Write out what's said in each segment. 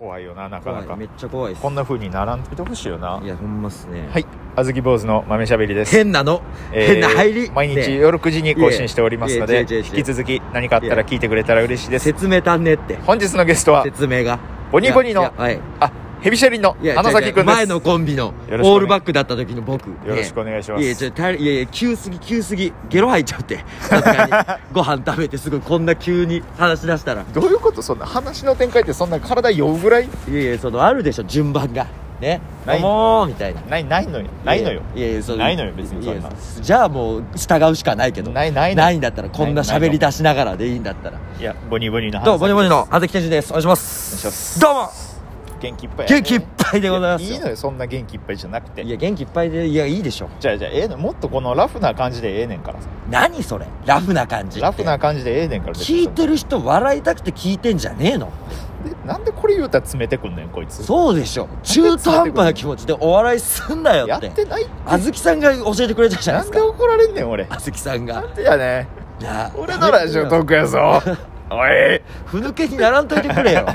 怖いよな、なかなか。 めっちゃ怖いです。 こんな風にならんといてほしいよな。 いやほんまっすね。 はい、あずき坊主の豆しゃべりです。 変なの、変な入り。 毎日夜9時に更新しておりますので、引き続き何かあったら聞いてくれたら嬉しいです。 説明足んねって。 本日のゲストは説明がボニボニのヘビシャリンの花咲くんです。 前のコンビのオールバックだった時の僕。 よろしくお願いします。 いや急すぎゲロ吐いちゃってさすがにご飯食べてすぐこんな急に話し出したら。 どういうこと？そんな話の展開ってそんな体酔うぐらい？ いやそのあるでしょ順番がね。もうみたいな。ないのよ。ないのよ別にそんな。じゃあもう従うしかないけど。ないんだったらこんな喋り出しながらでいいんだったら。 いやボニボニのどうもボニボニのあずき健二です。お願いします。どうも。 元気いっぱい、 元気いっぱいでございますよ。 いいのよそんな元気いっぱいじゃなくて。 いや元気いっぱいでいやいいでしょ。 じゃあのもっとこのラフな感じでええねんからさ。 何それラフな感じって。 ラフな感じでええねんから。 聞いてる人笑いたくて聞いてんじゃねえの。 なんでこれ言うたら詰めてくんねんこいつ。そうでしょ。中途半端な気持ちでお笑いすんなよって。 やってないって。 あずきさんが教えてくれたじゃないですか。 なんで怒られんねん俺。 あずきさんが。 なんでやねん。俺のラジオトークやぞおいふぬけにならんといてくれよ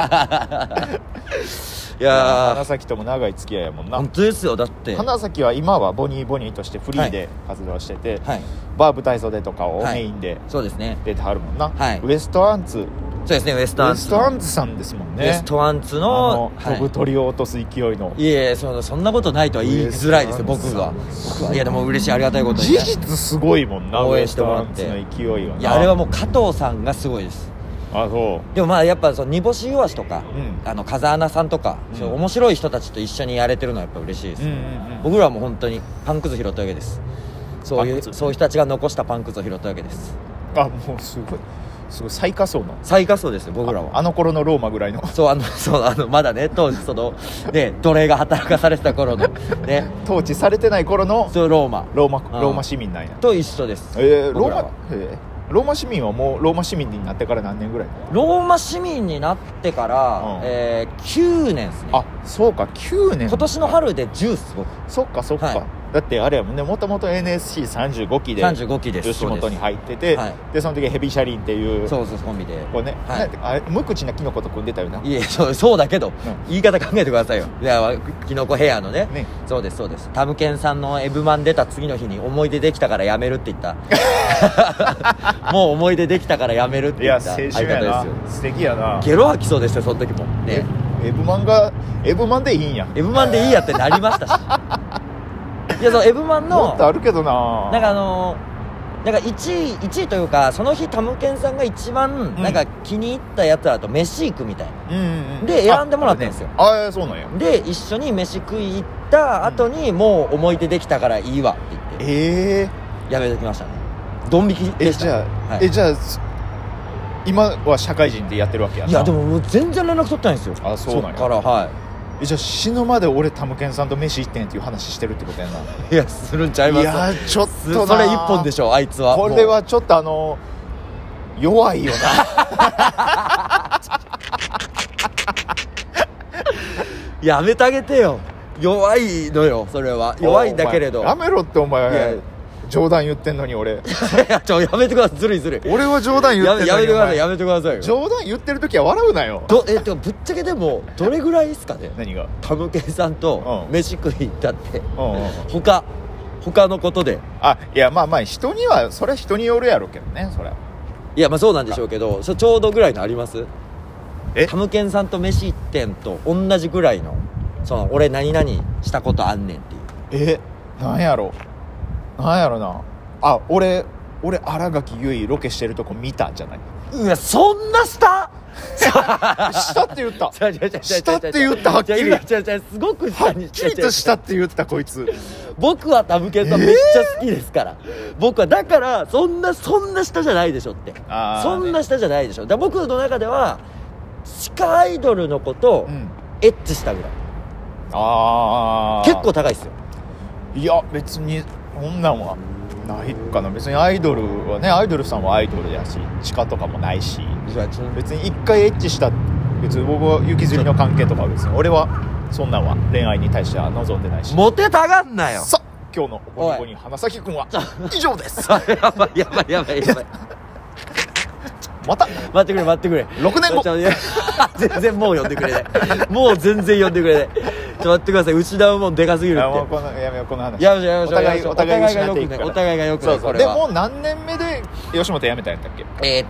いや花咲とも長い付き合いやもんな。 本当ですよ。だって花咲は今はボニーとしてフリーで活動してて、 はい、 バー舞台袖とかをメインでそうですね出てはるもんな、 はい、 ウエストアンツ。 そうですねウエストアンツさんですもんね。ウエストアンツの飛ぶ鳥を落とす勢いの。 いやそんなことないとは言いづらいですよ僕は。いやでも嬉しいありがたいことに、 事実すごいもんなウエストアンツの勢いはな。 いやあれはもう加藤さんがすごいです。 あそうでもまあやっぱ煮干しイワシとか、風穴さんとか、面白い人たちと一緒にやれてるのはやっぱ嬉しいです、僕らはもう本当にパンくず拾ったわけです。そういう人たちが残したパンくずを拾ったわけです。 あもうすごい最下層ですよ僕らは。あの頃のローマぐらいの。 まだね当時奴隷が働かされてた頃のね統治されてない頃のローマ市民なんやと一緒です。 ローマ市民はもうローマ市民になってから何年ぐらい？ ローマ市民になってから、9年ですね。 あそうか9年。 今年の春で10っす僕。 そっか、はい、だってあれやもんね、もともと NSC35 期で吉本に入ってて、でその時ヘビシャリンっていうコンビでこうね、無口なキノコと組んでたよな。 いやそうだけど、言い方考えてくださいよ。いやキノコヘアのねそうですタムケンさんのエブマン出た次の日に思い出できたからやめるって言ったもう思い出できたからやめるって言った相方ですよ。素敵やな。 ゲロ吐きそうでしたその時もね。 エブマンでいいんや。 エブマンでいいやってなりましたしいやエブマンのもっとあるけどな。 なんか1位というかその日タムケンさんが一番なんか気に入ったやつだと飯行くみたいな、で選んでもらったんですよ。 そうなんや。 で一緒に飯食い行った後に、もう思い出できたからいいわって言ってやめときましたね。ドン引きでした。 じゃあ今は社会人でやってるわけやな。 いやでももう全然連絡取ってないんですよ。 あそうなんや。 そっからじゃあ死ぬまで俺タムケンさんと飯行ってんっていう話してるってことやな。 いやするんちゃいます。いやちょっとなそれ一本でしょあいつは。 これはちょっと弱いよなやめてあげてよ。弱いのよそれは。弱いんだけれどやめろってお前冗談言ってんのに俺いややめてください。ずるい俺は冗談言ってんのにやめてくださいよ。 冗談言ってる時は笑うなよ。 てかぶっちゃけでもどれぐらいですかね。 何がタムケンさんと飯食い行ったって、他のことで。 いやまあ人にはそれは人によるやろうけどね。それいやまあそうなんでしょうけど、ちょうどぐらいのあります？タムケンさんと飯行ってんと同じぐらいの俺何々したことあんねんっていう。 なんやろな。俺新垣結衣ロケしてるとこ見たんじゃない？ いやそんなしたしたって言ったしたって言ったはっきりすごく下にはっきりとしたって言ったこいつ。 僕はタムケンさんめっちゃ好きですから、僕はだからそんな下じゃないでしょって。そんな下じゃないでしょ。だ僕の中では地下アイドルの子とエッチしたぐらい、結構高いっすよ。いや別にこんなんはないかな。別にアイドルはね、アイドルさんはアイドルやし地下とかもないし、別に一回エッチした別に僕は雪吊りの関係とかは別に俺はそんなんは恋愛に対しては望んでないし。 モテたがんなよ。 さ今日のボニボニ花咲くんは以上ですやばいまた待ってくれ 6年後全然もう呼んでくれないもう全然呼んでくれない待ってください。失うもんでかすぎるって。 もうやめようこの話。 やめましょうお互い失っていくから。 お互いがよくない。 そうでもう何年目で吉本辞めたんやったっけ。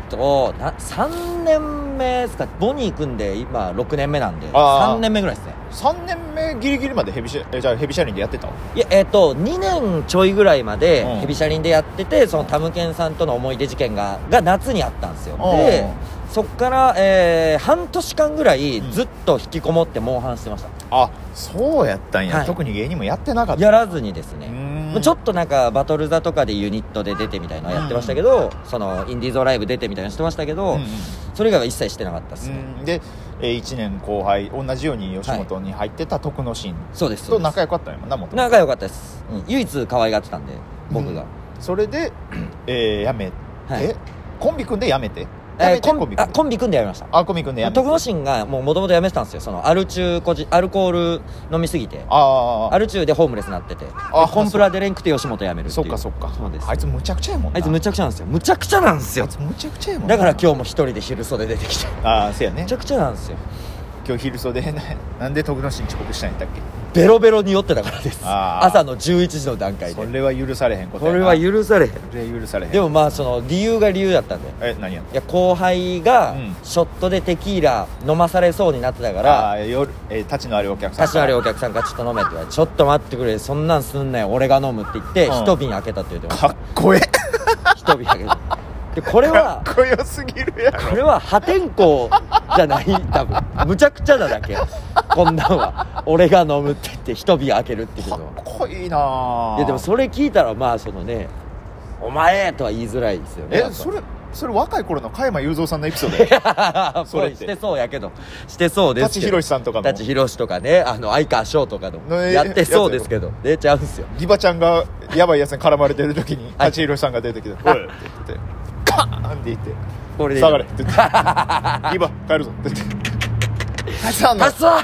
3年目ですか。ボニー組んで今6年目なんで3年目ぐらいですね。 3年目ギリギリまでヘビシャリンでやってた。いや2年ちょいぐらいまでヘビシャリンでやってて、そのタムケンさんとの思い出事件が夏にあったんですよ。でそっから、半年間ぐらいずっと引きこもってモンハンしてました。 あ、そうやったんや、はい、特に芸人もやってなかった。 やらずにですね、ちょっとなんかバトル座とかでユニットで出てみたいなのやってましたけど、そのインディーズライブ出てみたいなのしてましたけど、それ以外は一切してなかったですね。 で、1年後輩同じように吉本に入ってた徳之進と仲良かったんやもんな。 仲良かったです、唯一可愛がってたんで僕が、 それで、辞めて、コンビ組んで辞めてコンビ組んでやめました。 コンビ組んでやめて。 徳之進がもともと辞めてたんですよ。そのアルコール飲みすぎて、アル中でホームレスになってて、コンプラでレンクて吉本辞めるっていう。 そっかそうです。あいつむちゃくちゃやもんな。 あいつむちゃくちゃなんですよ。むちゃくちゃなんですよ。 あいつむちゃくちゃやもんな。 だから今日も一人で昼袖出てきて。 そうやね。 むちゃくちゃなんですよ。 今日昼袖なんで徳之進遅刻したんやったっけ。 ベロベロに酔ってたからです。朝の11時の段階で。 それは許されへんことやな。 それは許されへん。 それは許されへん。 でもまあその理由が理由だったんで。 何やった。 いや後輩がショットでテキーラ飲まされそうになってたから、 立ちのあるお客さんがちょっと飲めって言われて、ちょっと待ってくれ、そんなんすんなよ俺が飲むって言って一瓶開けたって言ってました。 かっこええ。 一瓶開けた。でこれはかっこよすぎるやろ。 これは破天荒じゃない、多分むちゃくちゃなだけ。こんなんは俺が飲むって言って一瓶開けるっていうのはかっこいいな。 いやでもそれ聞いたらまあそのね、お前とは言いづらいですよね。 それ若い頃の加山雄三さんのエピソードそれしてそうやけど、してそうですけど、 舘ひろしさんとかの舘ひろしとかね、相川翔とかのやってそうですけど、出ちゃうんですよ。 ギバちゃんがやばいやつに絡まれてる時に舘ひろしさんが出てきて「おい!」って言ってカーンって言って「下がれ」って言って「ギバ帰るぞ」って言って「タッサ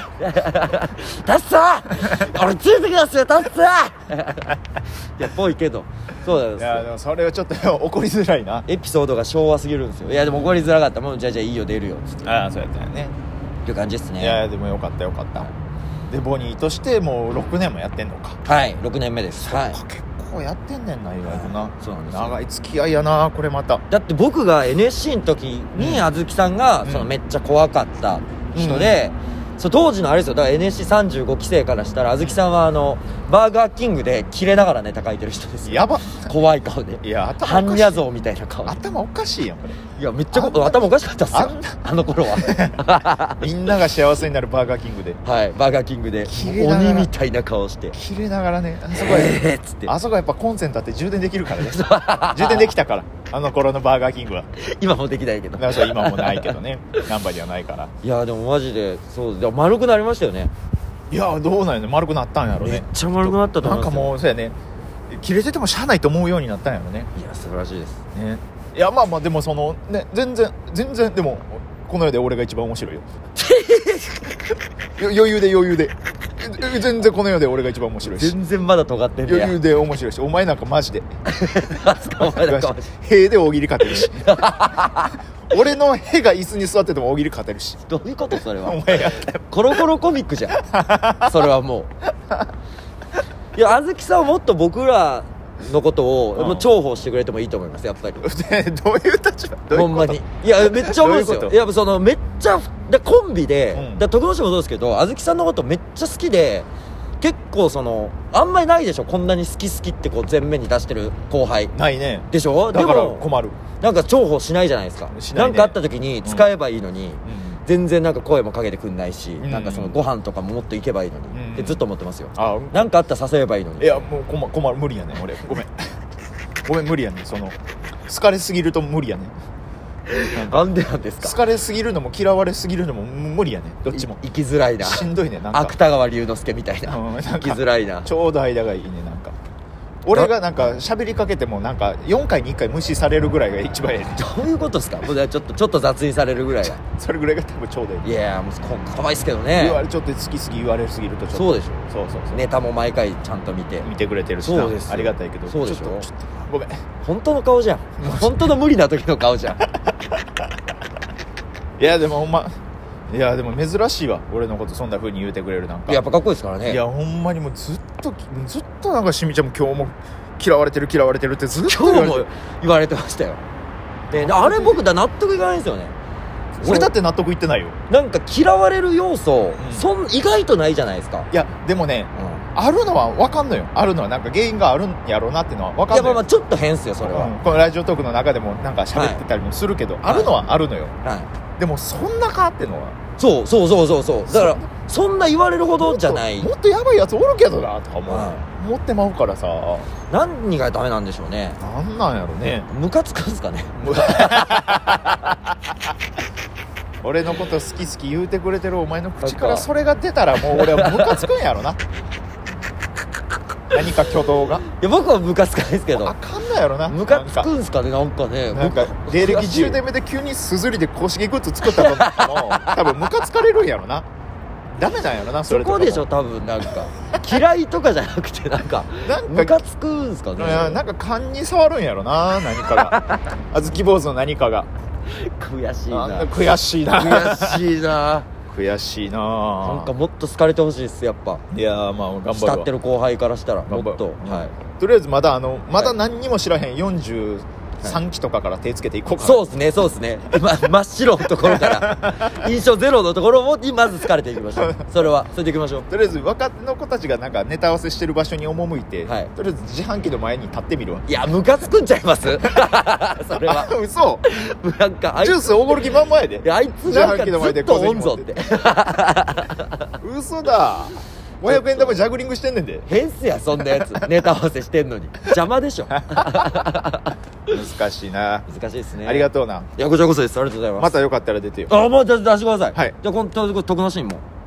ー俺ついてきますよタッサー」いやぽいけどそうなんですよ。 いやでもそれはちょっと怒りづらいな。 エピソードが昭和すぎるんですよ。いやでも怒りづらかった。もうじゃあいいよ出るよっつって。 そうやったよねっていう感じですね。 いやでもよかったでボニーとしてもう6年もやってんのか。 はい6年目です。はい、 結構やってんねんな意外とな。 そうなんですよ。 長い付き合いやなこれまた。 だって僕が NSC の時にあずきさんがそのめっちゃ怖かった人で、そう当時のあれですよ。だから NSC35 期生からしたらあずきさんはバーガーキングでキレながらネタ書いてる人ですよ。 やば怖い顔で。 いや般若像みたいな顔。 頭おかしいやんこれ。 いやめっちゃ頭おかしかったっすよあの頃は。 みんなが幸せになるバーガーキングで。 はいバーガーキングで鬼みたいな顔してキレながらね。あそこはやっぱコンセントあって充電できるからね。充電できたからあの頃のバーガーキングは。 今もできないけど。 今もないけどね。ナンバーにはないから。 いやでもマジでそうで丸くなりましたよね。 いやどうなんやね。丸くなったんやろね。 めっちゃ丸くなったと思いますよ。 なんかもうそうやね、切れててもしゃあないと思うようになったんやろね。 いや素晴らしいですね。いやまあでもそのね全然でもこの世で俺が一番面白いよ。余裕で全然この世で俺が一番面白いし、 全然まだ尖ってんねや。 余裕で面白いし、お前なんかマジでお前なんかマジで塀で大喜利勝てるし俺の塀が椅子に座ってても大喜利勝てるし。 どういうことそれは。 お前やったよ。 コロコロコミックじゃんそれはもう。いやあずきさんはもっと僕らのことをもう重宝してくれてもいいと思いますやっぱり。 どういう立場。 ほんまに。いやめっちゃ思うんですよ。いやそのめっちゃコンビで、徳之進もそうですけどあずきさんのことめっちゃ好きで、結構あんまりないでしょこんなに好きってこう前面に出してる後輩ないね。 でしょ。 だから困る。 なんか重宝しないじゃないですか。なんかあった時に使えばいいのに、全然なんか声もかけてくんないし、なんかそのご飯とかももっと行けばいいのに、ってずっと思ってますよ。なんかあったら誘えばいいのに。 いやもう困る。無理やねん俺。ごめん無理やねん。好かれすぎると無理やねん。 なんでなんですか。 好かれすぎるのも嫌われすぎるのも無理やねん。どっちも生きづらいな。 しんどいね。なんか芥川龍之介みたいな、生きづらいな。 ちょうど間がいいね。なんか俺がなんか喋りかけてもなんか4回に1回無視されるぐらいが一番ええねん。 どういうことですか？もうちょっと雑にされるぐらいがそれぐらいが多分ちょうどいい。 いやもうかわいっすけどね。 言われちょっと好き言われすぎるとちょっとそうでしょ。 そうネタも毎回ちゃんと見てくれてるしな。 そうですありがたいけど。 そうでしょ。 ちょっとごめん。 本当の顔じゃん。本当の無理な時の顔じゃん。 いやでもほんま、いやでも珍しいわ、俺のことそんな風に言うてくれる。なんかやっぱかっこいいですからね。 いやほんまにもうずっとなんかしみちゃんも今日も嫌われてるってずっと今日も言われてましたよ。であれ僕納得いかないんですよね。 俺だって納得いってないよ。 なんか嫌われる要素、意外とないじゃないですか。 いやでもね、あるのは分かんのよ。あるのはなんか原因があるんやろうなっていうのは分かんのよ。 いやまあちょっと変っすよそれは、 このラジオトークの中でもなんか喋ってたりもするけど、あるのはあるのよ、でもそんなかってのはそうだからそんな言われるほどじゃない。 もっとやばいやつおるけどなとか思ってまうからさ。 何がダメなんでしょうね。 なんやろね。 ムカつくんすかね。 俺のこと好き言うてくれてるお前の口からそれが出たらもう俺はムカつくんやろな。何か挙動が。いや僕はムカつかないですけど。 あかんないやろな。 ムカつくんすかね。なんかね。 なんか芸歴10年目で急にすずりで公式グッズ作ったと思っても多分ムカつかれるんやろな。ダメなんやろな。 そこでしょ多分。なんか嫌いとかじゃなくてなんかムカつくんすかね。 なんか勘に触るんやろな。何かがあずき坊主の何かが悔しいな。 なんかもっと好かれてほしいですやっぱ。 いやまあ頑張るわ。 慕ってる後輩からしたらもっと、 とりあえずまだ何にも知らへん43期とかから手つけていこうかな。 そうですね、真っ白のところから印象ゼロのところにまず疲れていきましょう。それでいきましょう。 とりあえず若手の子たちがなんかネタ合わせしてる場所に赴いて、とりあえず自販機の前に立ってみるわ。 いやムカつくんちゃいますそれは。 嘘。 なんかジュースおごる気満々やで。 あいつなんかずっとおんぞって嘘だ。500円玉ジャグリングしてんねんで。 変っすやそんなやつ。ネタ合わせしてんのに邪魔でしょ。 難しいな。 難しいですね。 ありがとうな。 いやこちらこそです。ありがとうございます。 またよかったら出てよ。 もう出してください。 はい。 じゃあこの徳之進も